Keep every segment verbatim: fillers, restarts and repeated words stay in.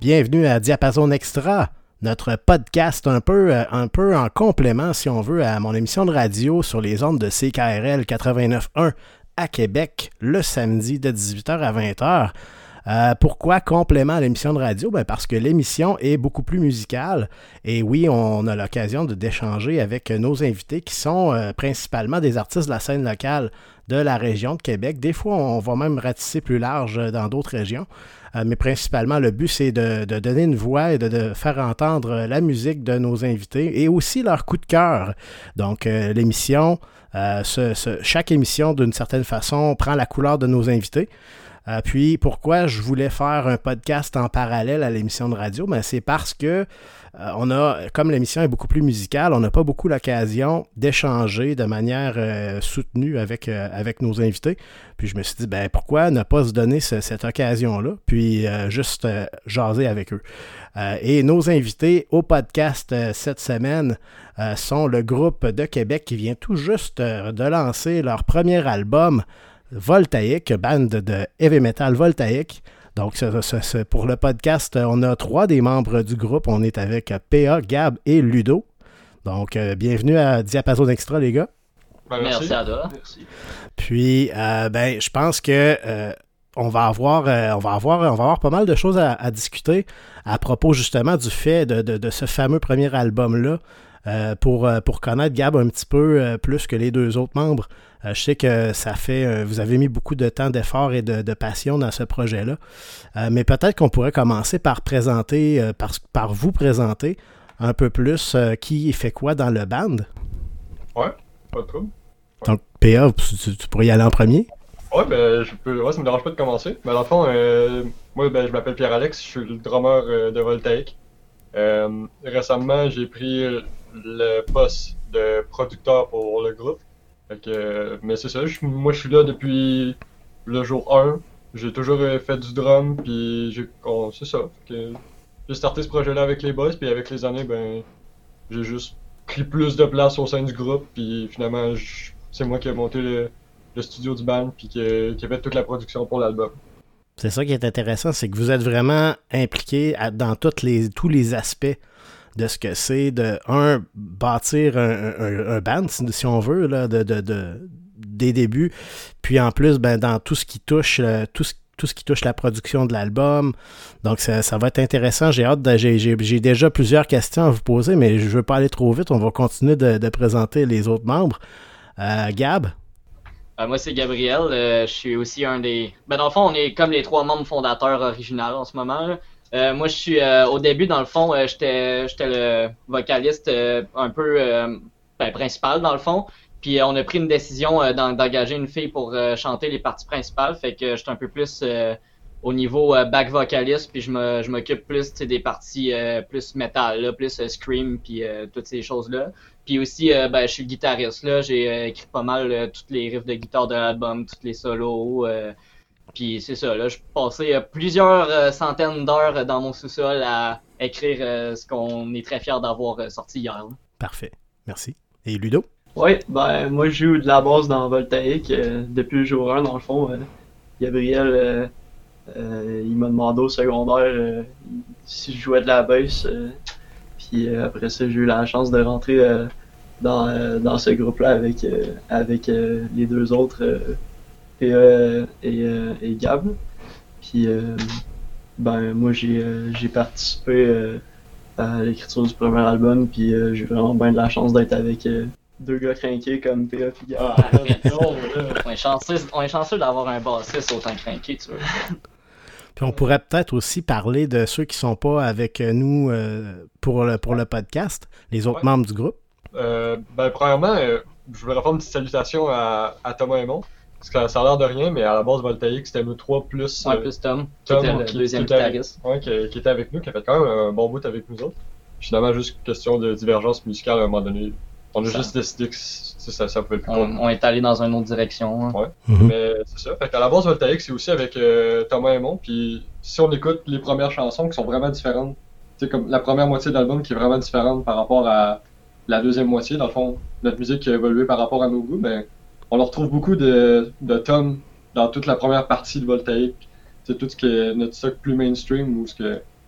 Bienvenue à Diapason Extra, notre podcast un peu, un peu en complément, si on veut, à mon émission de radio sur les ondes de C K R L quatre-vingt-neuf point un à Québec, le samedi de dix-huit heures à vingt heures. Euh, pourquoi complément à l'émission de radio? Ben parce que l'émission est beaucoup plus musicale et oui, on a l'occasion de, d'échanger avec nos invités qui sont euh, principalement des artistes de la scène locale de la région de Québec. Des fois, on va même ratisser plus large dans d'autres régions, euh, mais principalement, le but, c'est de, de donner une voix et de, de faire entendre la musique de nos invités et aussi leur coup de cœur. Donc, euh, l'émission, euh, ce, ce, chaque émission, d'une certaine façon, prend la couleur de nos invités. Euh, puis, pourquoi je voulais faire un podcast en parallèle à l'émission de radio? Ben, c'est parce que euh, on a, comme l'émission est beaucoup plus musicale, on n'a pas beaucoup l'occasion d'échanger de manière euh, soutenue avec, euh, avec nos invités. Puis, je me suis dit, ben pourquoi ne pas se donner ce, cette occasion-là, puis euh, juste euh, jaser avec eux. Euh, et nos invités au podcast euh, cette semaine euh, sont le groupe de Québec qui vient tout juste euh, de lancer leur premier album, Voltaïque, band de heavy metal Voltaïque. Donc, c'est, c'est, c'est pour le podcast, on a trois des membres du groupe. On est avec P A, Gab et Ludo. Donc, euh, bienvenue à Diapason Extra, les gars. Ben, merci. Merci, Ada. Merci. Puis, euh, ben, je pense que euh, on va avoir, euh, on va avoir, on va avoir pas mal de choses à, à discuter à propos justement du fait de, de, de ce fameux premier album-là. Euh, pour, euh, pour connaître Gab un petit peu euh, plus que les deux autres membres. Euh, je sais que ça fait, euh, vous avez mis beaucoup de temps, d'effort et de, de passion dans ce projet-là. Euh, mais peut-être qu'on pourrait commencer par présenter, euh, par, par vous présenter un peu plus euh, qui fait quoi dans le band. Ouais, pas de trouble. Ouais. Donc, P A, tu, tu pourrais y aller en premier? Ouais, ben, je peux, ouais, ça me dérange pas de commencer. Mais dans le fond, euh, moi, ben, je m'appelle Pierre-Alex, je suis le drummer euh, de Voltaïque. Euh, récemment, j'ai pris le poste de producteur pour le groupe. Fait que, mais c'est ça, je, moi je suis là depuis le jour un. J'ai toujours fait du drum, puis j'ai, on, c'est ça. Fait que j'ai starté ce projet-là avec les boys, puis avec les années, ben, j'ai juste pris plus de place au sein du groupe, puis finalement, je, c'est moi qui ai monté le, le studio du band, puis qui a, qui a fait toute la production pour l'album. C'est ça qui est intéressant, c'est que vous êtes vraiment impliqué à, dans toutes les, tous les aspects de ce que c'est de, un, bâtir un, un, un band, si on veut, là, de, de, de, des débuts, puis en plus, ben, dans tout ce qui touche, euh, tout, ce, tout ce qui touche la production de l'album. Donc, ça, ça va être intéressant. J'ai hâte, de, j'ai, j'ai, j'ai déjà plusieurs questions à vous poser, mais je ne veux pas aller trop vite. On va continuer de, de présenter les autres membres. Euh, Gab? Euh, moi, c'est Gabriel. Euh, je suis aussi un des... Ben, dans le fond, on est comme les trois membres fondateurs originaux en ce moment, là. Euh, moi, je suis euh, au début, dans le fond, euh, j'étais, j'étais le vocaliste euh, un peu euh, ben, principal, dans le fond. Puis euh, on a pris une décision euh, d'engager une fille pour euh, chanter les parties principales. Fait que j'étais un peu plus euh, au niveau euh, back vocaliste. Puis je, me, je m'occupe plus des parties euh, plus métal, là, plus euh, scream, puis euh, toutes ces choses-là. Puis aussi, euh, ben, je suis le guitariste. Là. J'ai euh, écrit pas mal euh, tous les riffs de guitare de l'album, tous les solos. Euh, Puis c'est ça, là, je passais euh, plusieurs euh, centaines d'heures euh, dans mon sous-sol à écrire euh, ce qu'on est très fiers d'avoir euh, sorti hier. Là. Parfait, merci. Et Ludo? Oui, ben moi je joue de la basse dans Voltaïque euh, depuis le jour un, dans le fond. Euh, Gabriel, euh, euh, il m'a demandé au secondaire euh, si je jouais de la basse. Euh, puis euh, après ça, j'ai eu la chance de rentrer euh, dans, euh, dans ce groupe-là avec, euh, avec euh, les deux autres. Euh, P A et, euh, et Gab. Puis, euh, ben, moi, j'ai, euh, j'ai participé euh, à l'écriture du premier album, puis euh, j'ai vraiment bien de la chance d'être avec euh, deux gars crinqués comme P A et Gab. Ah, non, on est chanceux, on est chanceux d'avoir un bassiste autant crinqué, tu vois. Puis on pourrait peut-être aussi parler de ceux qui sont pas avec nous euh, pour, le, pour le podcast, les autres ouais. membres du groupe. Euh, ben, premièrement, euh, je voudrais faire une petite salutation à, à Thomas Aymon. Parce que ça a l'air de rien, mais à la base, Voltaïque, c'était nous trois plus... Ouais, plus Tom, Tom qui était le qui, deuxième guitariste. Ouais, qui, qui était avec nous, qui a fait quand même un bon bout avec nous autres. Finalement, juste question de divergence musicale à un moment donné. On a ça. juste décidé que ça, ça pouvait plus on, on est allé dans une autre direction. Hein. Ouais, mm-hmm. mais c'est ça. Fait qu'à la base, Voltaïque, c'est aussi avec euh, Thomas Aymon. Puis si on écoute les premières chansons qui sont vraiment différentes, tu sais, comme la première moitié de l'album qui est vraiment différente par rapport à la deuxième moitié, dans le fond, notre musique qui a évolué par rapport à nos goûts, ben, on leur retrouve beaucoup de, de Tom dans toute la première partie de Voltaïque. C'est tout ce qui est notre stock plus mainstream ou ce que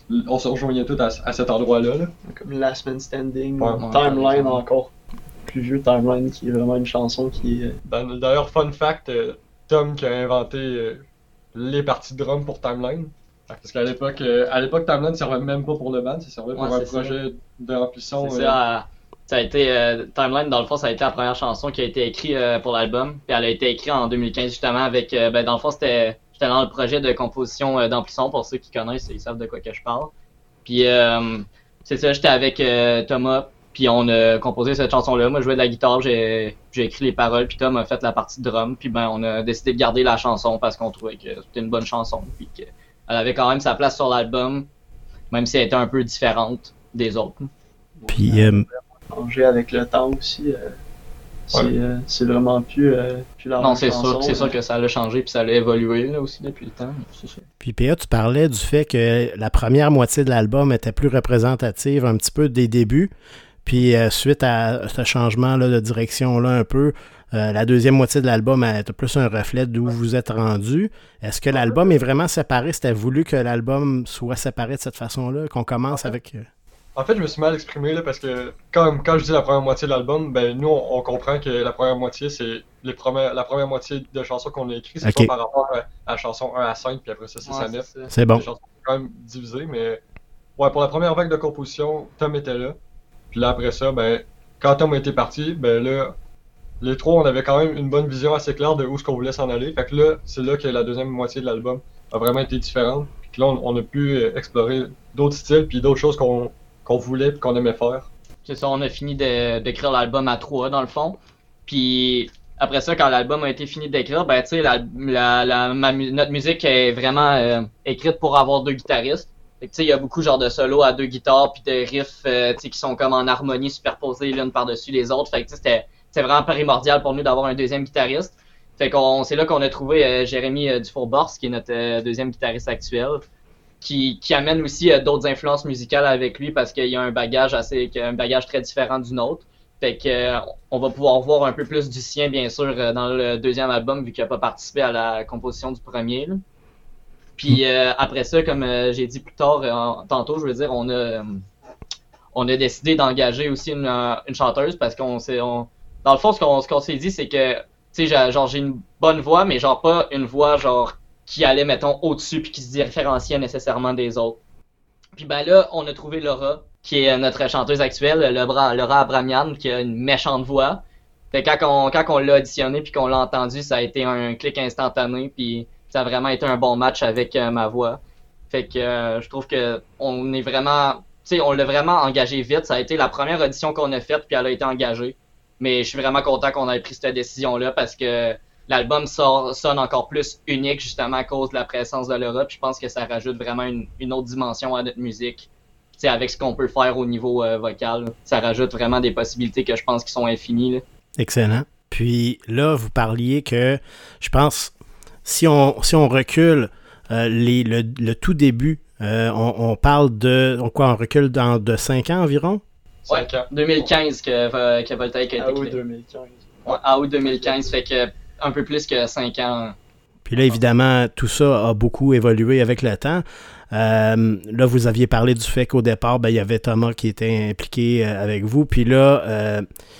on se rejoignait tous à, à cet endroit-là. Là. Comme Last Man Standing, Ouais, Timeline encore plus vieux, Timeline qui est vraiment une chanson qui est... D'ailleurs, fun fact, euh, Tom qui a inventé euh, les parties de drum pour Timeline. Parce qu'à l'époque, euh, à l'époque, Timeline ne servait même pas pour le band, ça servait pour Ouais, un c'est projet ça. de remplisson. C'est euh, ça, euh, ça a été euh, Timeline dans le fond, ça a été la première chanson qui a été écrite euh, pour l'album. Puis elle a été écrite en deux mille quinze justement avec euh, ben dans le fond c'était j'étais dans le projet de composition euh, d'Amplisson, pour ceux qui connaissent, ils savent de quoi que je parle. Puis euh, c'est ça, j'étais avec euh, Thomas, puis on a composé cette chanson-là. Moi je jouais de la guitare, j'ai j'ai écrit les paroles, puis Tom a fait la partie de drum. Puis ben on a décidé de garder la chanson parce qu'on trouvait que c'était une bonne chanson, puis qu'elle avait quand même sa place sur l'album, même si elle était un peu différente des autres. Puis, euh, Changer avec le temps aussi. Euh, c'est, Ouais. euh, c'est vraiment plus, euh, plus la Non, même c'est chanson, sûr, c'est mais- sûr que ça l'a changé puis ça l'a évolué là aussi depuis le temps. C'est sûr. Puis P A, tu parlais du fait que la première moitié de l'album était plus représentative un petit peu des débuts. Puis euh, suite à ce changement-là de direction-là un peu, euh, la deuxième moitié de l'album est plus un reflet d'où vous êtes rendu. Est-ce que l'album est vraiment séparé? C'était voulu que l'album soit séparé de cette façon-là, qu'on commence avec... euh, En fait, je me suis mal exprimé là parce que quand, quand je dis la première moitié de l'album, ben nous on, on comprend que la première moitié c'est les premières, la première moitié de chansons qu'on a écrites, c'est Ok. soit par rapport à, à la chanson un à cinq puis après ça six Ouais, à neuf. c'est ça. C'est bon. Les chansons sont quand même divisées, mais ouais, pour la première vague de composition, Tom était là. Puis là après ça, ben quand Tom a été parti, ben là les trois on avait quand même une bonne vision assez claire de où ce qu'on voulait s'en aller. Fait que là, c'est là que la deuxième moitié de l'album a vraiment été différente. Puis là on, on a pu euh, explorer d'autres styles puis d'autres choses qu'on qu'on voulait et qu'on aimait faire. C'est ça, on a fini de- d'écrire l'album à trois dans le fond. Puis après ça, quand l'album a été fini d'écrire, ben tu sais, la, la, la, ma mu- notre musique est vraiment euh, écrite pour avoir deux guitaristes. Fait que tu sais, il y a beaucoup genre de solos à deux guitares puis de riffs euh, tu sais qui sont comme en harmonie superposés l'une par-dessus les autres. Fait que tu sais, c'était c'était vraiment primordial pour nous d'avoir un deuxième guitariste. Fait qu'on c'est là qu'on a trouvé euh, Jérémy euh, Dufour-Borst, qui est notre euh, deuxième guitariste actuel. Qui, qui amène aussi euh, d'autres influences musicales avec lui parce qu'il y a un bagage assez, qu'il y a un bagage très différent du nôtre. Fait que euh, on va pouvoir voir un peu plus du sien bien sûr euh, dans le deuxième album vu qu'il n'a pas participé à la composition du premier. Là. Puis euh, après ça, comme euh, j'ai dit plus tard, euh, tantôt, je veux dire, on a euh, on a décidé d'engager aussi une, euh, une chanteuse parce qu'on s'est on, dans le fond ce qu'on ce qu'on s'est dit c'est que tu sais j'ai- genre j'ai une bonne voix mais genre pas une voix genre qui allait, mettons, au-dessus puis qui se différenciait nécessairement des autres. Puis ben là, on a trouvé Laura, qui est notre chanteuse actuelle, Laura, Laura Abramian, qui a une méchante voix. Fait que quand on, quand on l'a auditionné puis qu'on l'a entendu, ça a été un clic instantané puis ça a vraiment été un bon match avec euh, ma voix. Fait que euh, je trouve que on est vraiment, tu sais, on l'a vraiment engagé vite. Ça a été la première audition qu'on a faite puis elle a été engagée. Mais je suis vraiment content qu'on ait pris cette décision-là parce que l'album sort, sonne encore plus unique justement à cause de la présence de Laura. Puis je pense que ça rajoute vraiment une, une autre dimension à notre musique. T'sais, avec ce qu'on peut faire au niveau euh, vocal, là. Ça rajoute vraiment des possibilités que je pense qui sont infinies. Là. Excellent. Puis là, vous parliez que, je pense, si on, si on recule euh, les, le, le tout début, euh, on, on parle de, on, quoi, on recule dans, de cinq ans environ? cinq ans. deux mille quinze que, que Voltaïque a été Ah oui, créé. deux mille quinze. Ouais, à août deux mille quinze, fait que un peu plus que cinq ans. Puis là, évidemment, tout ça a beaucoup évolué avec le temps. Euh, là, vous aviez parlé du fait qu'au départ, ben, il y avait Thomas qui était impliqué euh, avec vous. Puis là, euh,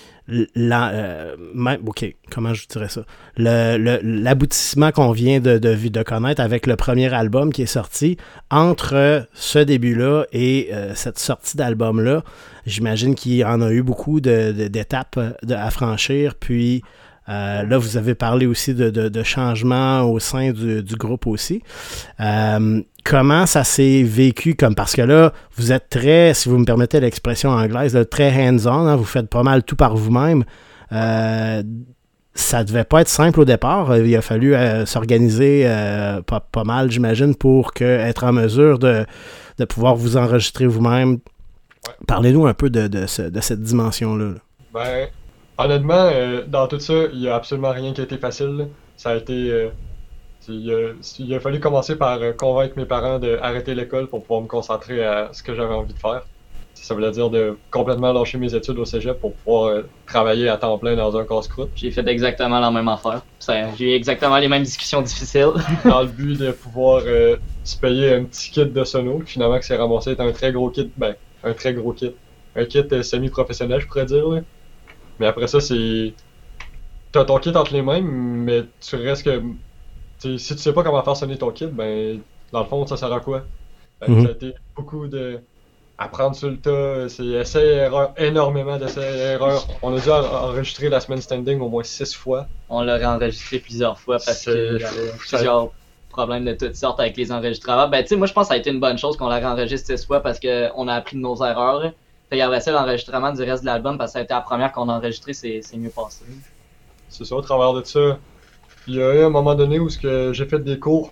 la, euh, même, OK, comment je dirais ça? Le, le, l'aboutissement qu'on vient de, de, de connaître avec le premier album qui est sorti, entre ce début-là et euh, cette sortie d'album-là, j'imagine qu'il y en a eu beaucoup de, de, d'étapes de, à franchir. Puis Euh, là, vous avez parlé aussi de, de, de changements au sein du, du groupe aussi. Euh, comment ça s'est vécu? Comme parce que là, vous êtes très, si vous me permettez l'expression anglaise, là, très hands-on, hein, vous faites pas mal tout par vous-même. Euh, ça devait pas être simple au départ. Il a fallu euh, s'organiser euh, pas, pas mal, j'imagine, pour que, être en mesure de, de pouvoir vous enregistrer vous-même. Ouais. Parlez-nous un peu de, de, ce, de cette dimension-là. Là. Ben, honnêtement, euh, dans tout ça, il n'y a absolument rien qui a été facile. Là. Ça a été. Euh, il, a, il a fallu commencer par euh, convaincre mes parents d'arrêter l'école pour pouvoir me concentrer à ce que j'avais envie de faire. Ça voulait dire de complètement lâcher mes études au cégep pour pouvoir euh, travailler à temps plein dans un casse-croûte. J'ai fait exactement la même affaire. Ça, j'ai eu exactement les mêmes discussions difficiles. Dans le but de pouvoir euh, se payer un petit kit de sono, qui finalement qui s'est ramassé est un très gros kit, ben, un très gros kit. Un kit euh, semi-professionnel, je pourrais dire, là. Mais après ça, c'est... T'as ton kit entre les mains, mais tu restes que... T'sais, si tu sais pas comment faire sonner ton kit, ben, dans le fond, ça sert à quoi? Ben, Mhm. Ça a été beaucoup de... Apprendre sur le tas, c'est essai-erreur, énormément d'essais-erreurs. On a dû en- enregistrer la semaine standing au moins six fois. On l'aurait enregistré plusieurs fois parce C'est- qu'il y avait ça- plusieurs problèmes de toutes sortes avec les enregistrements. Ben, tu sais, moi, je pense que ça a été une bonne chose qu'on l'aurait enregistré six fois parce qu'on a appris de nos erreurs. Fait qu'après ça, l'enregistrement du reste de l'album, parce que ça a été la première qu'on a enregistrée, c'est, c'est mieux passé. C'est ça, au travers de ça, il y a eu un moment donné où ce que j'ai fait des cours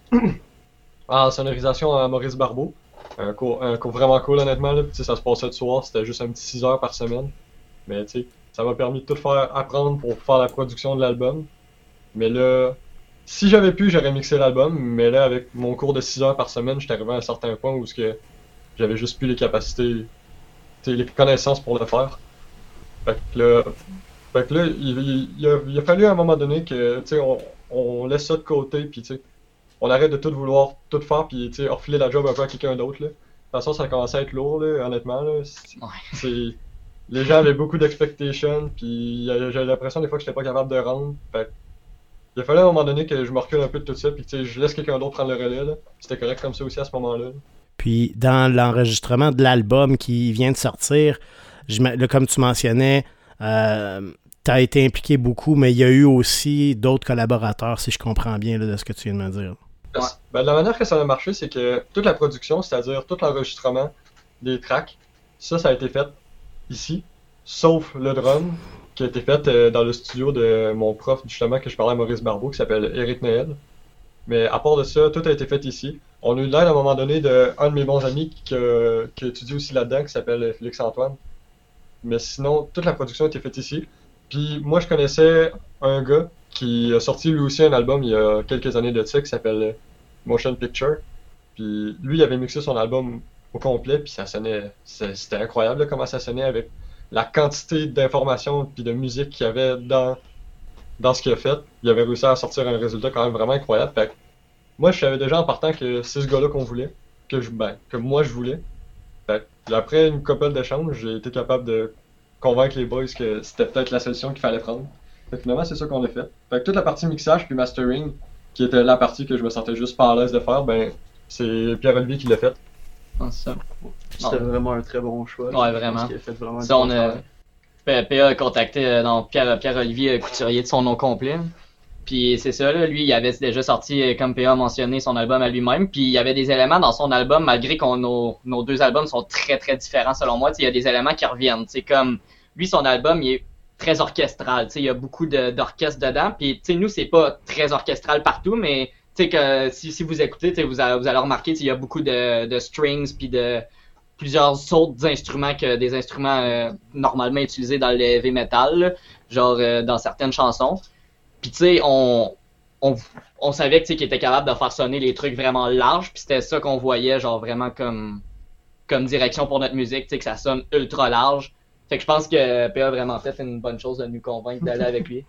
en sonorisation à Maurice Barbeau. Un cours, un cours vraiment cool, honnêtement. Là. Puis, tu sais, ça se passait le soir, c'était juste un petit six heures par semaine. Mais tu sais, ça m'a permis de tout faire apprendre pour faire la production de l'album. Mais là, si j'avais pu, j'aurais mixé l'album. Mais là, avec mon cours de six heures par semaine, j'étais arrivé à un certain point où ce que j'avais juste plus les capacités, tu sais, les connaissances pour le faire. Fait que là, fait que là il, il- il a, il a fallu à un moment donné que, tu sais, on, on laisse ça de côté, puis tu sais, on arrête de tout vouloir tout faire, puis tu sais, refiler la job un peu à quelqu'un d'autre, là. De toute façon, ça commençait à être lourd, là, honnêtement, là. C'est- Ouais. c'est- les gens avaient beaucoup d'expectations, puis euh, j'avais l'impression des fois que j'étais pas capable de rendre. Fait que il a fallu à un moment donné que je me recule un peu de tout ça, puis tu sais, je laisse quelqu'un d'autre prendre le relais, là. C'était correct comme ça aussi à ce moment-là. Puis dans l'enregistrement de l'album qui vient de sortir, je, me- là, comme tu mentionnais, euh, tu as été impliqué beaucoup, mais il y a eu aussi d'autres collaborateurs, si je comprends bien là, de ce que tu viens de me dire. Ouais. Ben, de la manière que ça a marché, c'est que toute la production, c'est-à-dire tout l'enregistrement des tracks, ça, ça a été fait ici, sauf le drum qui a été fait euh, dans le studio de mon prof, justement, que je parlais à Maurice Barbeau, qui s'appelle Éric Noël. Mais à part de ça, tout a été fait ici. On a eu l'aide à un moment donné d'un de, mes bons amis qui, a- qui étudie aussi là-dedans, qui s'appelle Félix Antoine. Mais sinon, toute la production a été faite ici. Puis moi, je connaissais un gars qui a sorti lui aussi un album il y a quelques années de ça qui s'appelle Motion Picture. Puis lui, il avait mixé son album au complet, puis ça sonnait, c'est- c'était incroyable là, comment ça sonnait avec la quantité d'informations puis de musique qu'il y avait dans, dans ce qu'il a fait. Il avait réussi à sortir un résultat quand même vraiment incroyable. Fait que moi, je savais déjà en partant que c'est ce gars-là qu'on voulait, que je, ben, que moi je voulais. Fait que après une couple d'échanges, j'ai été capable de convaincre les boys que c'était peut-être la solution qu'il fallait prendre. Fait que finalement, c'est ça qu'on a fait. Fait que toute la partie mixage puis mastering, qui était la partie que je me sentais juste pas à l'aise de faire, ben c'est Pierre-Olivier qui l'a fait. Ah, c'est ça. C'était Non. vraiment un très bon choix. Ouais, Je pense vraiment. qu'il a fait vraiment un Ça, bon on a, travail. P- PA a contacté euh, non, Pierre, Pierre-Olivier Couturier de son nom complet. Puis c'est ça, là, lui, il avait déjà sorti, euh, comme P A a mentionné, son album à lui-même. Puis il y avait des éléments dans son album, malgré que nos, nos deux albums sont très, très différents selon moi. Tu sais, il y a des éléments qui reviennent. C'est comme, lui, son album, il est très orchestral. Tu sais, il y a beaucoup de, d'orchestre dedans. Puis, tu sais, nous, c'est pas très orchestral partout, mais tu sais, que si, si vous écoutez, tu sais, vous, a- vous allez remarquer, tu sais, il y a beaucoup de, de strings, puis de plusieurs autres instruments que des instruments euh, normalement utilisés dans le heavy metal, là, genre euh, dans certaines chansons. Puis tu sais, on, on, on savait que, tu sais, qu'il était capable de faire sonner les trucs vraiment larges, puis c'était ça qu'on voyait, genre vraiment comme, comme direction pour notre musique, tu sais, que ça sonne ultra large. Fait que je pense que P A a vraiment fait une bonne chose de nous convaincre d'aller avec lui.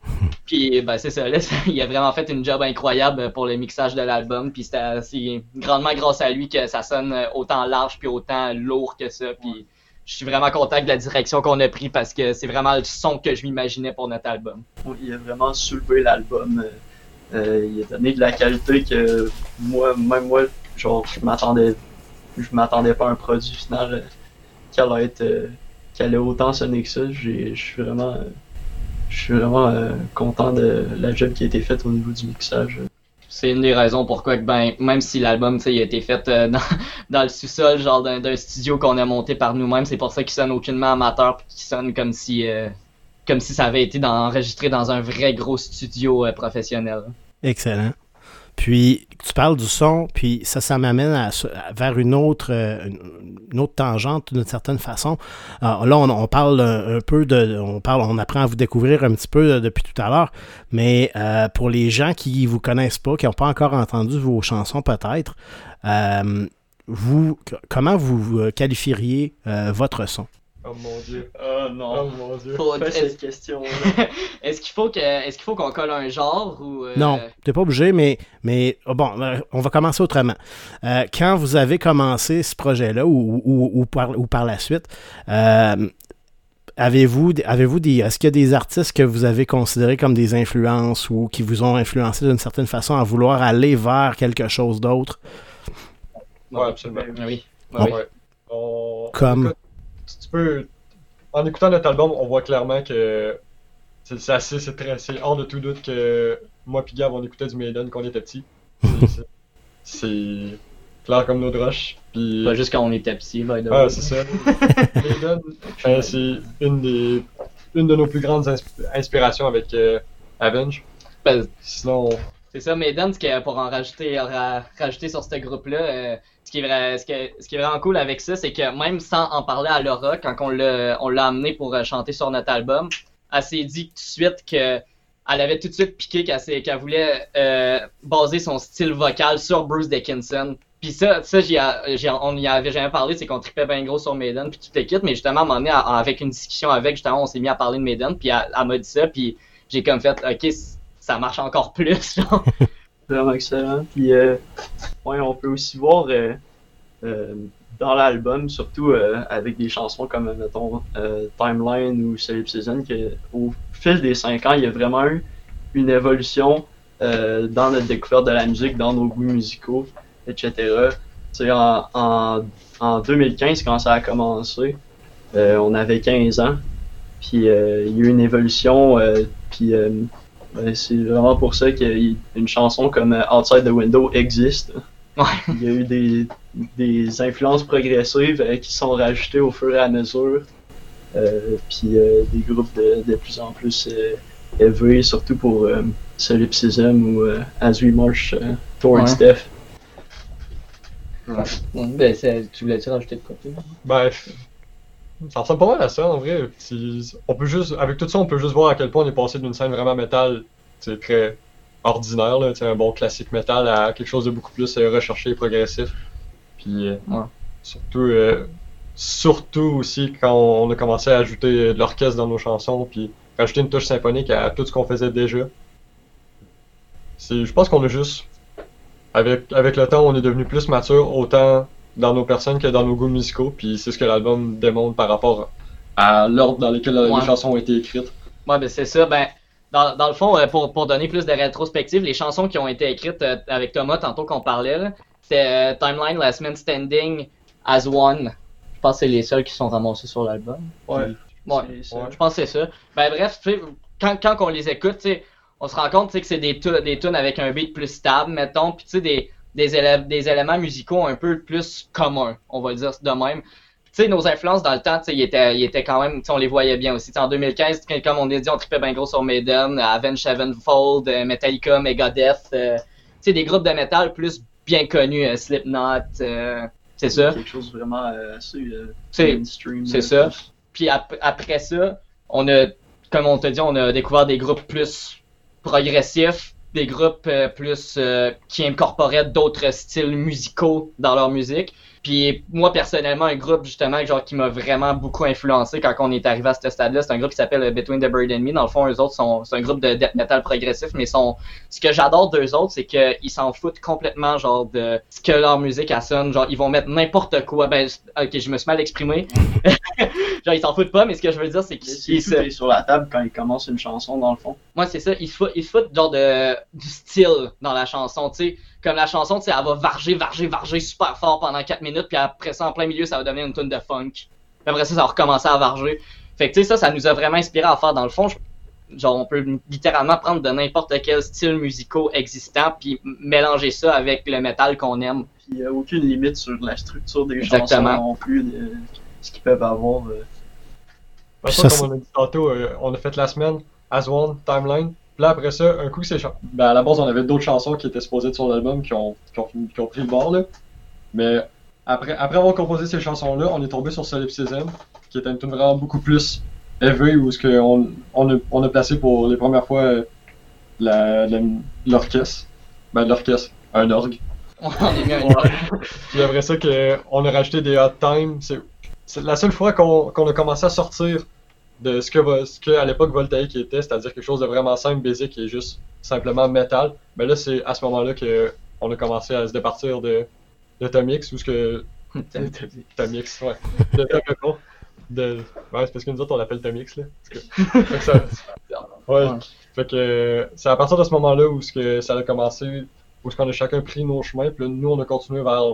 Puis ben c'est ça, là, ça- il a vraiment fait une job incroyable pour le mixage de l'album, puis c'était c'est grandement grâce à lui que ça sonne autant large puis autant lourd que ça, puis je suis vraiment content de la direction qu'on a pris parce que c'est vraiment le son que je m'imaginais pour notre album. Il a vraiment soulevé l'album. euh, euh, il a donné de la qualité que moi, même moi, genre, je m'attendais, je m'attendais pas à un produit final euh, qui allait être, euh, qui allait autant sonner que ça. J'ai, je suis vraiment, euh, je suis vraiment euh, content de la job qui a été faite au niveau du mixage. C'est une des raisons pourquoi que, ben même si l'album, tu sais, il a été fait euh, dans, dans le sous-sol genre d'un, d'un studio qu'on a monté par nous-mêmes, c'est pour ça qu'il sonne aucunement amateur puis qu'il sonne comme si euh, comme si ça avait été dans, enregistré dans un vrai gros studio euh, professionnel. Excellent. Puis, tu parles du son, puis ça, ça m'amène à, à- vers une autre, euh, une autre tangente d'une certaine façon. Alors, là, on, on parle un, un peu de... On parle, on apprend à vous découvrir un petit peu euh, depuis tout à l'heure, mais euh, pour les gens qui vous connaissent pas, qui n'ont pas encore entendu vos chansons peut-être, euh, vous, comment vous euh, qualifieriez euh, votre son? Oh mon dieu. Oh non. Oh mon dieu. Faut- Pas est-ce, cette question. est-ce qu'il faut que, est-ce qu'il faut qu'on colle un genre ou. euh, Non, t'es pas obligé, mais, mais oh, bon, euh, on va commencer autrement. Euh, quand vous avez commencé ce projet-là, ou, ou, ou, par, ou par la suite, euh, avez-vous, avez-vous des, est-ce qu'il y a des artistes que vous avez considérés comme des influences ou qui vous ont influencé d'une certaine façon à vouloir aller vers quelque chose d'autre? Ouais, absolument. Ah oui. Oh. oui. Ouais. On- Comme? écoute, tu peux... En écoutant notre album, on voit clairement que c'est, c'est assez, c'est très, c'est hors de tout doute que moi et Gab, on écoutait du Maiden quand on était petits. C'est, c'est, c'est clair comme l'eau de roche. Puis, Pas juste quand on était petit, by the ah, way. c'est ça. Maiden, euh, c'est une des, une de nos plus grandes insp- inspirations avec euh, Avenge. Parce- Sinon, C'est ça, Maiden, ce que, pour en rajouter, ra- rajouter sur ce groupe-là, euh, ce, qui est vrai- ce, que- ce qui est vraiment cool avec ça, c'est que même sans en parler à Laura, quand on l'a, on l'a amené pour euh, chanter sur notre album, elle s'est dit tout de suite que elle avait tout de suite piqué qu'elle, s'est- qu'elle voulait euh, baser son style vocal sur Bruce Dickinson. Puis ça, ça j'y a- j'y a- on n'y avait jamais parlé, c'est qu'on trippait bien gros sur Maiden, puis tout le kit, mais justement, à un moment donné, à- avec une discussion avec, justement, on s'est mis à parler de Maiden, puis elle, elle m'a dit ça, puis j'ai comme fait, ok, ça marche encore plus, genre. Vraiment excellent. Puis, euh, ouais, on peut aussi voir euh, euh, dans l'album, surtout euh, avec des chansons comme, mettons, euh, Timeline ou Solipsism, qu'au fil des cinq ans, il y a vraiment eu une évolution euh, dans notre découverte de la musique, dans nos goûts musicaux, et cetera. Tu sais, en, en, en deux mille quinze, quand ça a commencé, euh, on avait quinze ans, puis euh, il y a eu une évolution, euh, puis euh, ben, c'est vraiment pour ça qu'une chanson comme euh, Outside the Window existe. Ouais. Il y a eu des, des influences progressives euh, qui sont rajoutées au fur et à mesure, euh, puis euh, des groupes de, de plus en plus euh, élevés, surtout pour euh, Solipsism ou euh, As We March euh, Towards Ouais. Death. Ben, c'est- tu voulais-tu rajouter de côté? bref, ça ressemble pas mal à ça en vrai. C'est- On peut juste, avec tout ça, on peut juste voir à quel point on est passé d'une scène vraiment métal, c'est très ordinaire, là, un bon classique métal, à quelque chose de beaucoup plus euh, recherché et progressif. Puis euh, Ouais. surtout, euh, surtout aussi quand on a commencé à ajouter euh, de l'orchestre dans nos chansons, puis rajouter une touche symphonique à tout ce qu'on faisait déjà. C'est, je pense qu'on a juste, avec, avec le temps, on est devenu plus mature, autant dans nos personnes que dans nos goûts musicaux, puis c'est ce que l'album démontre par rapport à l'ordre dans lequel Ouais. les chansons ont été écrites. Ouais, ben c'est ça. Ben, dans, dans le fond, euh, pour, pour donner plus de rétrospective, les chansons qui ont été écrites euh, avec Thomas tantôt qu'on parlait, là, c'était euh, Timeline, Last Man Standing, As One. Je pense que c'est les seuls qui sont ramassés sur l'album. Ouais. Ouais, C'est ça. Ouais. je pense que c'est ça. Ben bref, tu sais, quand, quand on les écoute, tu sais, on se rend compte tu sais, que c'est des, tu- des tunes avec un beat plus stable, mettons, puis tu sais, des, des, élè- des éléments musicaux un peu plus communs, on va le dire de même. Tu sais, nos influences dans le temps, tu sais, ils étaient, ils étaient quand même, tu sais, on les voyait bien aussi. Tu sais, en deux mille quinze, comme on a dit, on trippait bien gros sur Maiden, Avenged Sevenfold, euh, Metallica, Megadeth, euh, tu sais, des groupes de métal plus bien connus, euh, Slipknot, euh, c'est ça. Quelque chose vraiment euh, assez euh, C'est- mainstream. c'est là. ça. Puis ap- après ça, on a, comme on t'a dit, on a découvert des groupes plus progressifs, des groupes euh, plus euh, qui incorporaient d'autres styles musicaux dans leur musique. Puis moi personnellement, un groupe justement genre qui m'a vraiment beaucoup influencé quand on est arrivé à ce stade-là, c'est un groupe qui s'appelle euh, Between the Bird and Me. Dans le fond, eux autres sont c'est un groupe de death metal progressif, mais sont ce que j'adore d'eux autres, c'est qu'ils s'en foutent complètement genre de ce que leur musique elle sonne. Genre ils vont mettre n'importe quoi. Ben ok, je me suis mal exprimé. Genre ils s'en foutent pas, mais ce que je veux dire c'est Mais c'est qu'ils tout se est sur la table quand il commence une chanson, dans le fond. moi, c'est ça, ils se foutent, ils se foutent genre de, du style dans la chanson, tu sais. Comme la chanson, tu sais, elle va varger, varger, varger super fort pendant quatre minutes, puis après ça, en plein milieu, ça va devenir une tune de funk. Puis après ça, ça va recommencer à varger. Fait que, tu sais, ça, ça nous a vraiment inspiré à faire, dans le fond, je- genre, on peut littéralement prendre de n'importe quel style musical existant, puis m- mélanger ça avec le métal qu'on aime. Puis il n'y a aucune limite sur la structure des Exactement. chansons non plus, de ce qu'ils peuvent avoir. euh. De toute Ça, façon, comme on a dit tantôt, euh, on a fait la semaine, As One, Timeline. Puis là, après ça, un coup, c'est chan- ben, à la base, on avait d'autres chansons qui étaient supposées être sur l'album qui ont, qui, ont, qui ont pris le bord, là. Mais après, après avoir composé ces chansons-là, on est tombé sur Solipsism, qui était une tune vraiment beaucoup plus élevée, où ce que on, on, a, on a placé pour les premières fois euh, la, la- l'orchestre. Ben, l'orchestre, un orgue. On en a mis un ouais. Puis après ça, que, on a rajouté des hot times. C'est, c'est la seule fois qu'on, qu'on a commencé à sortir de ce que, ce que à l'époque Voltaïque était, c'est-à-dire quelque chose de vraiment simple, basic et juste simplement métal. Mais là, c'est à ce moment-là qu'on a commencé à se départir de, de Tomix, ou ce que... Tomix, ouais. De Tomix, de... Ouais, c'est parce que nous autres, on l'appelle Tomix, là. Fait que ça... Ouais. Fait que c'est à partir de ce moment-là où ce que ça a commencé, où ce qu'on a chacun pris nos chemins, puis là, nous, on a continué vers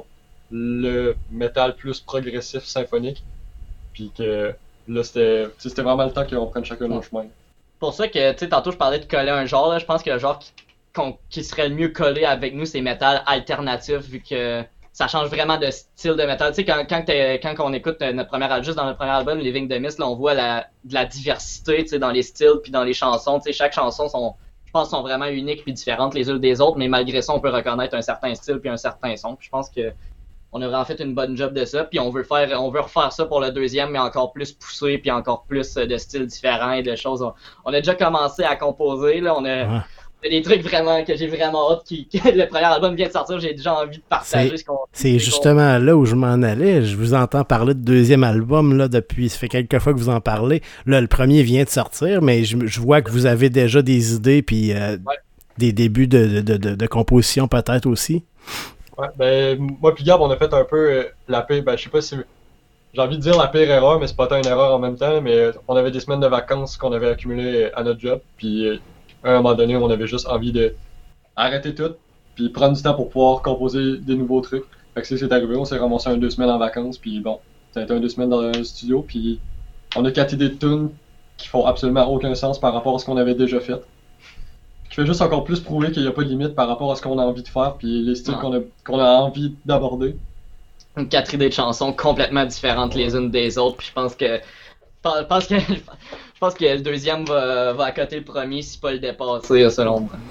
le métal plus progressif, symphonique, puis que là, c'était, c'était vraiment le temps qu'on prenne chacun nos chemins. Pour ça que, tu sais, tantôt, je parlais de coller un genre, là, je pense que le genre qui, qui serait le mieux collé avec nous, c'est métal alternatif, vu que ça change vraiment de style de métal. Tu sais, quand, quand, quand on écoute notre premier album, juste dans notre premier album, Living the Mist, là, on voit la, de la diversité, tu sais, dans les styles puis dans les chansons. Tu sais, chaque chanson, sont, je pense, sont vraiment uniques puis différentes les unes des autres, mais malgré ça, on peut reconnaître un certain style puis un certain son. Puis je pense que on a vraiment fait une bonne job de ça. Puis on veut faire, on veut refaire ça pour le deuxième, mais encore plus poussé puis encore plus de styles différents et de choses. On, on a déjà commencé à composer, là, on a... Ouais. Il y a des trucs vraiment que j'ai vraiment hâte. Qui, que le premier album vient de sortir, j'ai déjà envie de partager c'est, ce qu'on C'est justement là où je m'en allais. Je vous entends parler de deuxième album là, depuis. Ça fait quelques fois que vous en parlez. Là, le premier vient de sortir, mais je, je vois que vous avez déjà des idées puis euh, ouais. des débuts de, de, de, de composition peut-être aussi. Ouais, ben moi puis Gab, on a fait un peu euh, la pire. Ben je sais pas si. J'ai envie de dire la pire erreur, mais c'est pas tant une erreur en même temps. Mais on avait des semaines de vacances qu'on avait accumulées à notre job. Puis. Euh, à un moment donné, on avait juste envie de arrêter tout, puis prendre du temps pour pouvoir composer des nouveaux trucs. Fait que c'est ce qui est arrivé, on s'est ramassé un deux semaines en vacances, puis bon, ça a été un deux semaines dans un studio, puis on a quatre idées de tunes qui font absolument aucun sens par rapport à ce qu'on avait déjà fait. Qui fait juste encore plus prouver qu'il n'y a pas de limite par rapport à ce qu'on a envie de faire, puis les styles qu'on a, qu'on a envie d'aborder. Quatre idées de chansons complètement différentes les unes des autres, puis je pense que je pense que je pense que le deuxième va, va accoter le premier si pas le dépasser selon moi.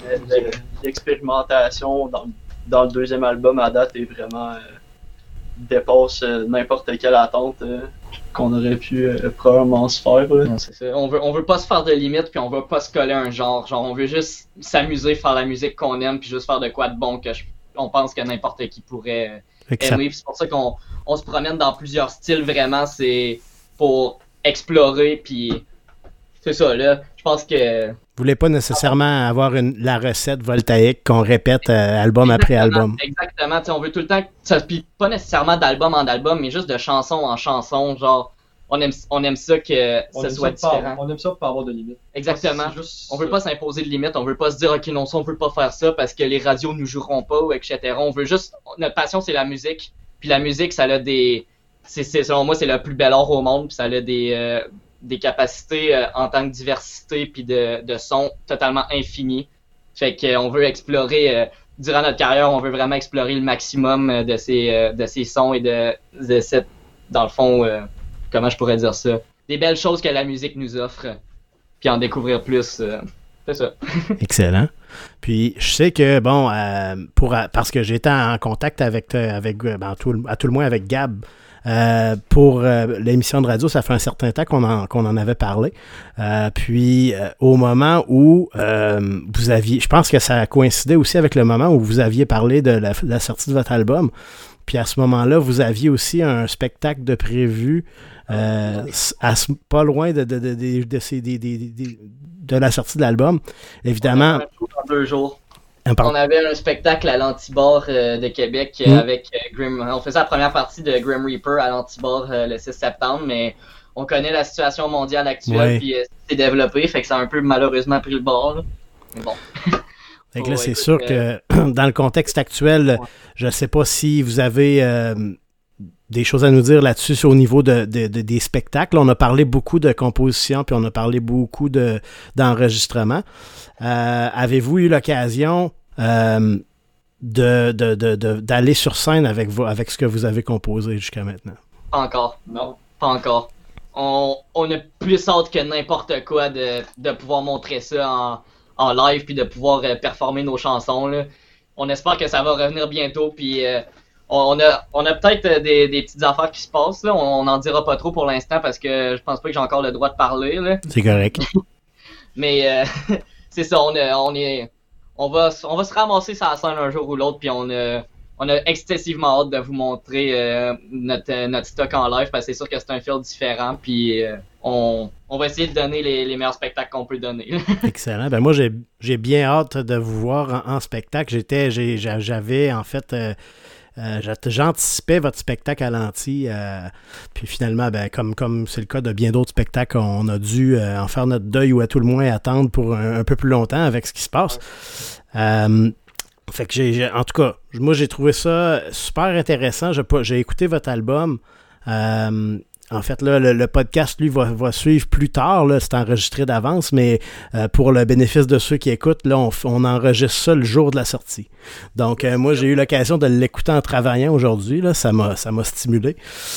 L'expérimentation dans, dans le deuxième album à date est vraiment euh, dépasse euh, n'importe quelle attente euh, qu'on aurait pu euh, probablement se faire. Non, c'est ça. On veut on veut pas se faire de limites puis on veut pas se coller un genre. Genre on veut juste s'amuser, faire la musique qu'on aime puis juste faire de quoi de bon que je, on pense que n'importe qui pourrait euh, aimer. C'est pour ça qu'on on se promène dans plusieurs styles vraiment. C'est pour explorer puis c'est ça là je pense que vous voulez pas nécessairement avoir une, la recette voltaïque qu'on répète euh, album après album. Exactement, on veut tout le temps ça, puis pas nécessairement d'album en album mais juste de chanson en chanson, genre on aime on aime ça que on ça soit ça différent. Pas, on aime ça pour pas avoir de limites. Exactement. On veut pas s'imposer de limites, on veut pas se dire ok non ça on peut pas faire ça parce que les radios nous joueront pas ou et cetera. On veut juste notre passion c'est la musique, puis la musique ça a des c'est, c'est selon moi c'est le plus bel art au monde, puis ça a des euh, des capacités euh, en tant que diversité puis de, de son totalement infinies. Fait qu'on veut explorer, euh, durant notre carrière, on veut vraiment explorer le maximum euh, de ces euh, de ces sons et de, de cette, dans le fond, euh, comment je pourrais dire ça, des belles choses que la musique nous offre, puis en découvrir plus. Euh, c'est ça. Excellent. Puis je sais que, bon, euh, pour parce que j'étais en contact avec, avec ben, tout, à tout le moins avec Gab, Euh, pour euh, l'émission de radio, ça fait un certain temps qu'on en, qu'on en avait parlé. Euh, puis, euh, au moment où euh, vous aviez... Je pense que ça a coïncidé aussi avec le moment où vous aviez parlé de la, de la sortie de votre album. Puis, à ce moment-là, vous aviez aussi un spectacle de prévu euh, à, pas loin de, de, de, de, de, ces, de, de, de, de la sortie de l'album. Évidemment... Dans deux jours. On avait un spectacle à l'Antibar euh, de Québec euh, mmh. avec euh, Grim. On faisait la première partie de Grim Reaper à l'Antibar euh, le six septembre, mais on connaît la situation mondiale actuelle, puis euh, c'est développé, fait que ça a un peu malheureusement pris le bord. Là. Mais bon. Fait que là, c'est sûr euh... que dans le contexte actuel, ouais. je ne sais pas si vous avez euh, des choses à nous dire là-dessus au niveau de, de, de, des spectacles. On a parlé beaucoup de composition, puis on a parlé beaucoup de, d'enregistrement. Euh, avez-vous eu l'occasion euh, de, de, de, de, d'aller sur scène avec, vous, avec ce que vous avez composé jusqu'à maintenant? Pas encore, non, pas encore. On, on a plus hâte que n'importe quoi de, de pouvoir montrer ça en, en live puis de pouvoir euh, performer nos chansons. Là. On espère que ça va revenir bientôt. Puis euh, on, on a, on a peut-être des, des petites affaires qui se passent. Là. On n'en dira pas trop pour l'instant parce que je pense pas que j'ai encore le droit de parler. Là. C'est correct. Mais euh, c'est ça, on, a, on est, on va, on va se ramasser sur la scène un jour ou l'autre. Puis on a, on a excessivement hâte de vous montrer euh, notre, notre stock en live parce que c'est sûr que c'est un feel différent. Puis euh, on, on va essayer de donner les, les meilleurs spectacles qu'on peut donner. Excellent. Ben moi, j'ai, j'ai bien hâte de vous voir en, en spectacle. J'étais, j'ai, j'avais en fait... Euh, Euh, j'anticipais votre spectacle à l'anti, euh, puis finalement, ben, comme, comme c'est le cas de bien d'autres spectacles, on a dû euh, en faire notre deuil ou à tout le moins attendre pour un, un peu plus longtemps avec ce qui se passe. Euh, fait que j'ai, j'ai, en tout cas, moi j'ai trouvé ça super intéressant. J'ai, pas, j'ai écouté votre album. Euh, En fait, là, le, le podcast, lui, va, va suivre plus tard. Là, c'est enregistré d'avance, mais euh, pour le bénéfice de ceux qui écoutent, là, on, on enregistre ça le jour de la sortie. Donc, euh, moi, j'ai eu l'occasion de l'écouter en travaillant aujourd'hui. Là, ça m'a, ça m'a stimulé.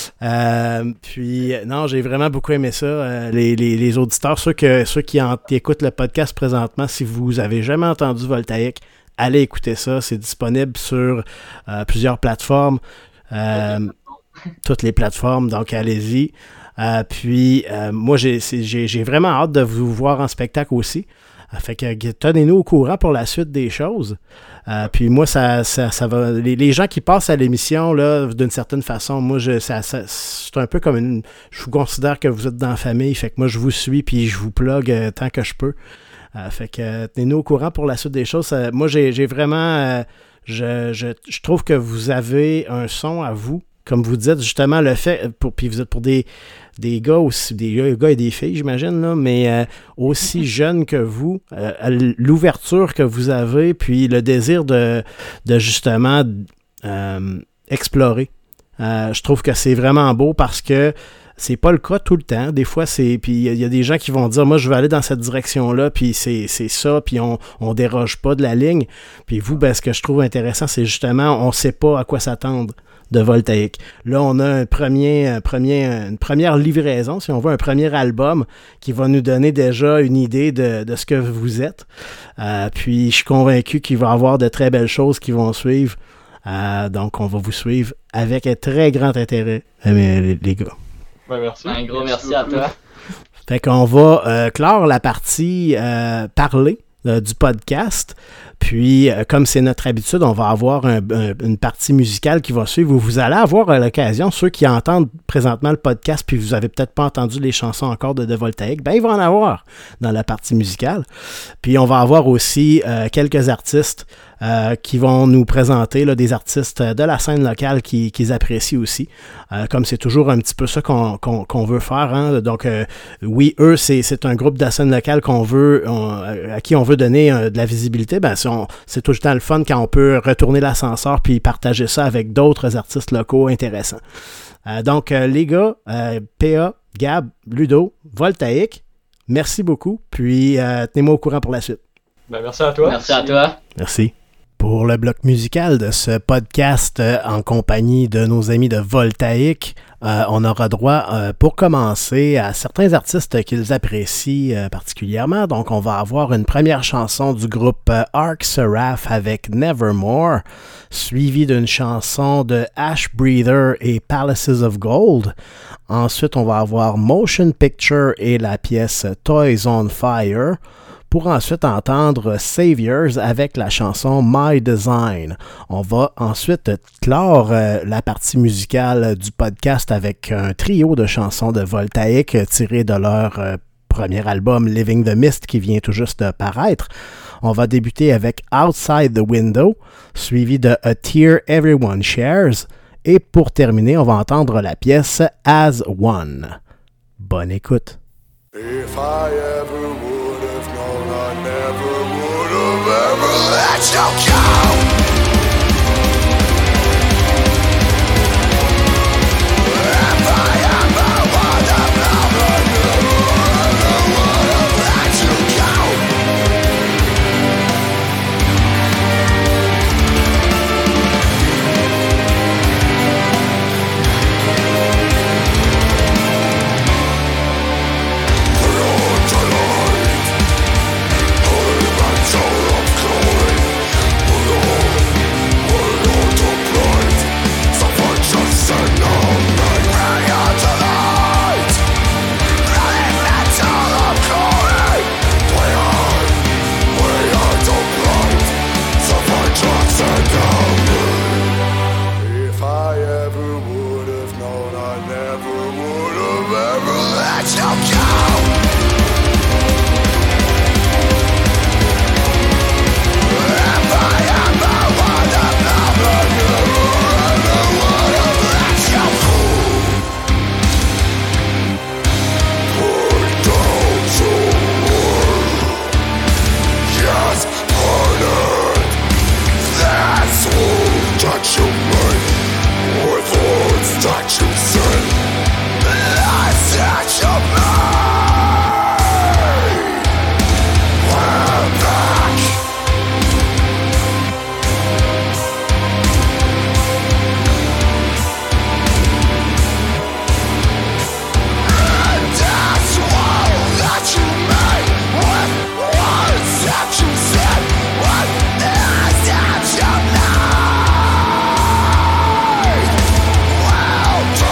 Euh, puis, non, j'ai vraiment beaucoup aimé ça. Euh, les, les, les auditeurs, ceux, que, ceux qui, en, qui écoutent le podcast présentement, si vous avez jamais entendu Voltaïque, allez écouter ça. C'est disponible sur euh, plusieurs plateformes. Euh, toutes les plateformes, donc allez-y. Euh, puis, euh, moi, j'ai, j'ai, j'ai vraiment hâte de vous voir en spectacle aussi. Euh, fait que tenez-nous au courant pour la suite des choses. Euh, puis moi, ça, ça, ça va. Les, les gens qui passent à l'émission, là, d'une certaine façon, moi, je, ça, ça, c'est un peu comme une. Je vous considère que vous êtes dans la famille. Fait que moi, je vous suis puis je vous plug euh, tant que je peux. Euh, fait que euh, tenez-nous au courant pour la suite des choses. Ça, moi, j'ai, j'ai vraiment. Euh, je, je, je trouve que vous avez un son à vous. Comme vous dites, justement, le fait, pour, puis vous êtes pour des, des gars aussi, des gars, gars et des filles, j'imagine, là, mais euh, aussi jeunes que vous, euh, l'ouverture que vous avez, puis le désir de, de justement euh, explorer. Euh, je trouve que c'est vraiment beau parce que c'est pas le cas tout le temps. Des fois, c'est. Puis il y, y a des gens qui vont dire, moi, je vais aller dans cette direction-là, puis c'est, c'est ça, puis on, on déroge pas de la ligne. Puis vous, ben, ce que je trouve intéressant, c'est justement, on sait pas à quoi s'attendre de Voltaïque. Là, on a un premier, un premier, une première livraison, si on veut, un premier album qui va nous donner déjà une idée de, de ce que vous êtes. Euh, puis, je suis convaincu qu'il va y avoir de très belles choses qui vont suivre. Euh, donc, on va vous suivre avec un très grand intérêt, les, les gars. Ben, merci. Un gros merci, merci à toi. Fait qu'on va euh, clore la partie euh, parler euh, du podcast. Puis, euh, comme c'est notre habitude, on va avoir un, un, une partie musicale qui va suivre où vous allez avoir à l'occasion, ceux qui entendent présentement le podcast, puis vous n'avez peut-être pas entendu les chansons encore de, de Voltaïque, ben ils vont en avoir dans la partie musicale. Puis, on va avoir aussi euh, quelques artistes euh, qui vont nous présenter là, des artistes de la scène locale qui, qu'ils apprécient aussi. Euh, comme c'est toujours un petit peu ça qu'on, qu'on, qu'on veut faire. Hein? Donc, euh, oui, eux, c'est, c'est un groupe de la scène locale qu'on veut, on, à qui on veut donner euh, de la visibilité. Ben, si on, c'est tout le temps le fun quand on peut retourner l'ascenseur puis partager ça avec d'autres artistes locaux intéressants. Euh, donc, euh, les gars, euh, P A, Gab, Ludo, Voltaïque, merci beaucoup. Puis, euh, tenez-moi au courant pour la suite. Ben, merci à toi. Merci à toi. Merci. Pour le bloc musical de ce podcast euh, en compagnie de nos amis de Voltaïque, euh, on aura droit, euh, pour commencer, à certains artistes qu'ils apprécient euh, particulièrement. Donc, on va avoir une première chanson du groupe euh, Arc Seraph avec Nevermore, suivie d'une chanson de Ash Breather et Palaces of Gold. Ensuite, on va avoir Motion Picture et la pièce Toys on Fire, pour ensuite entendre Saviors avec la chanson My Design. On va ensuite clore euh, la partie musicale du podcast avec un trio de chansons de Voltaïque tirées de leur euh, premier album Living the Mist qui vient tout juste de paraître. On va débuter avec Outside the Window, suivi de A Tear Everyone Shares. Et pour terminer, on va entendre la pièce As One. Bonne écoute. If I ever would have known, I never would have ever let you go. If I ever would have known, I never would have let you go. Brought to light, all the soul of glory, Lord. Don't you see? That's that you made. We're back. And that's all that you made. With words that you said. With things that you made. Well,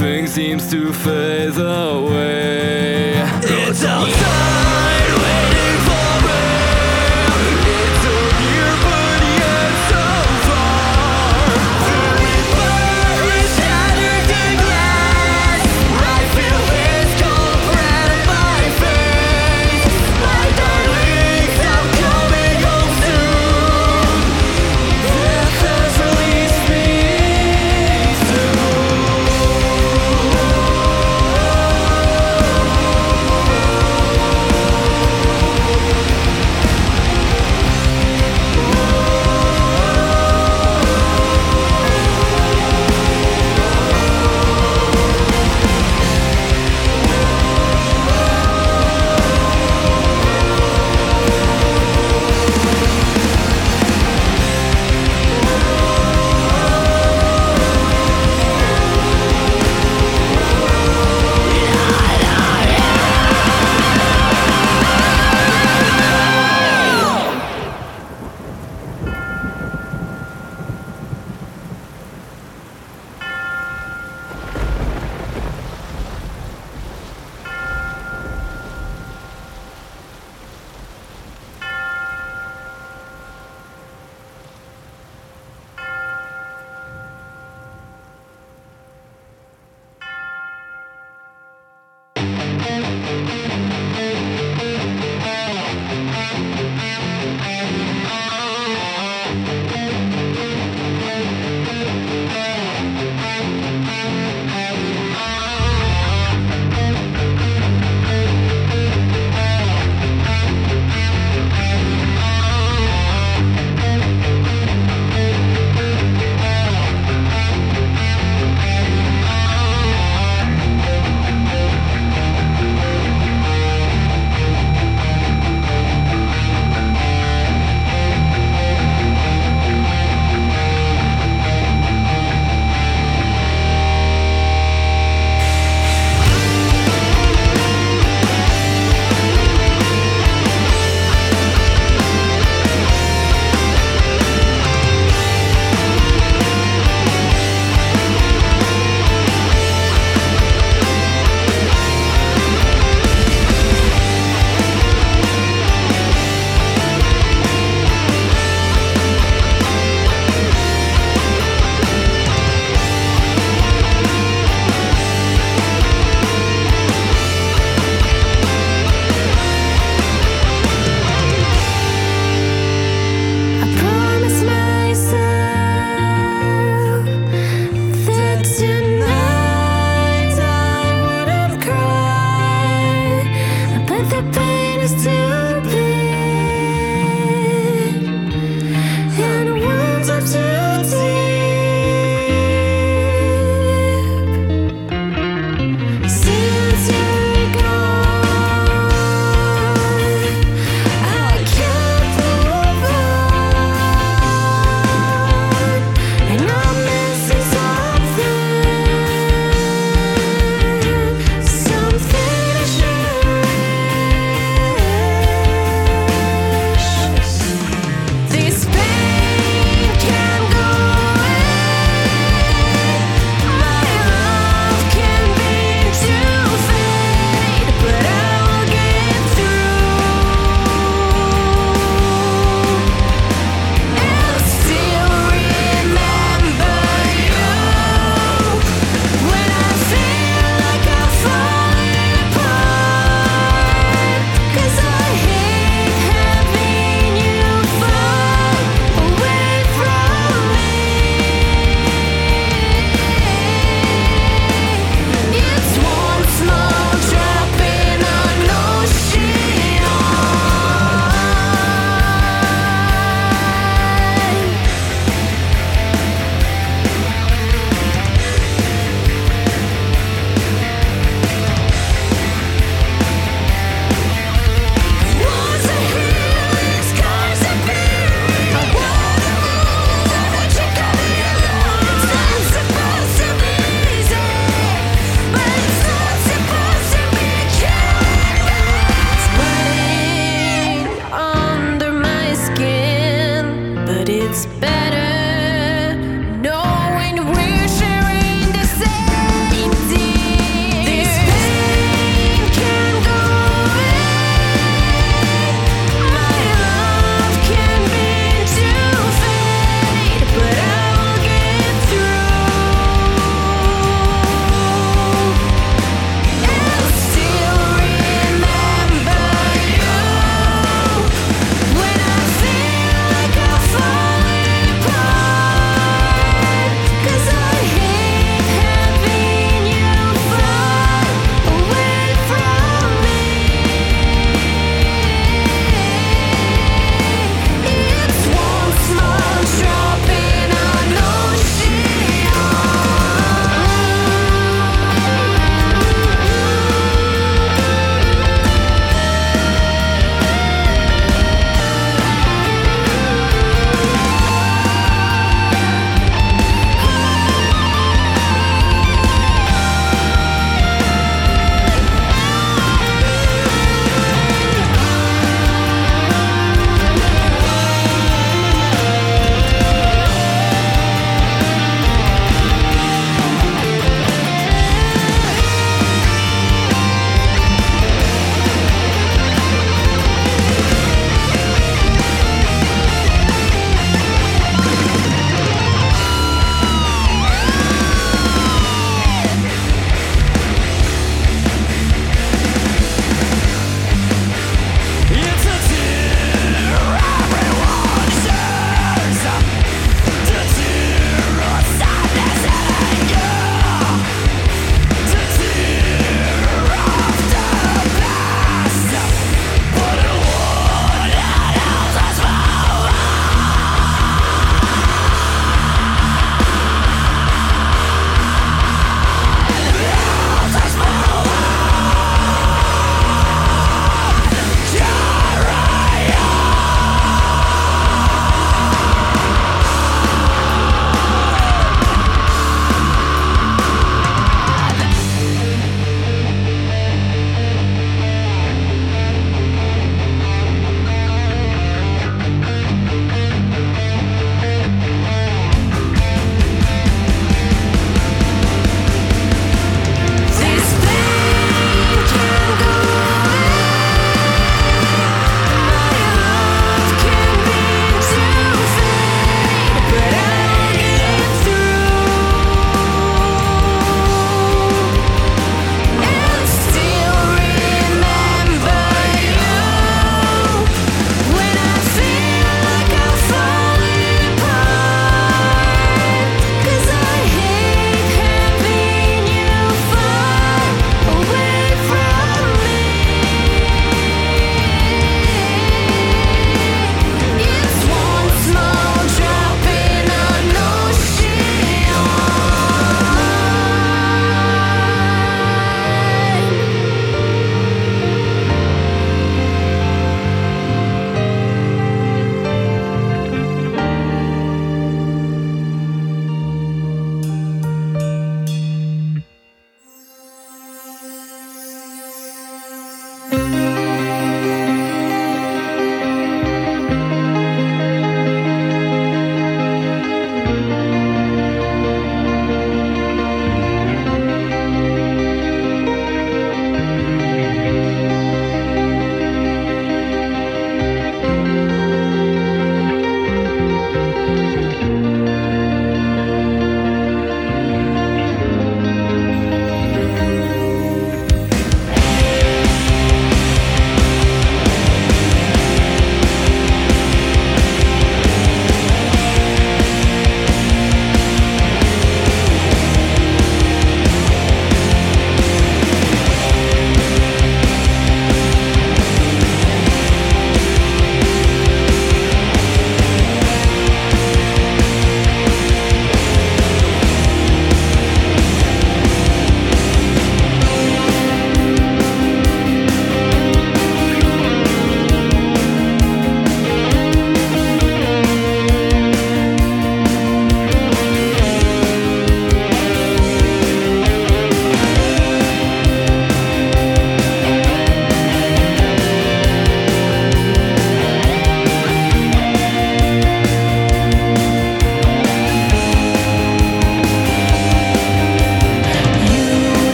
everything seems to fade away. It's outside.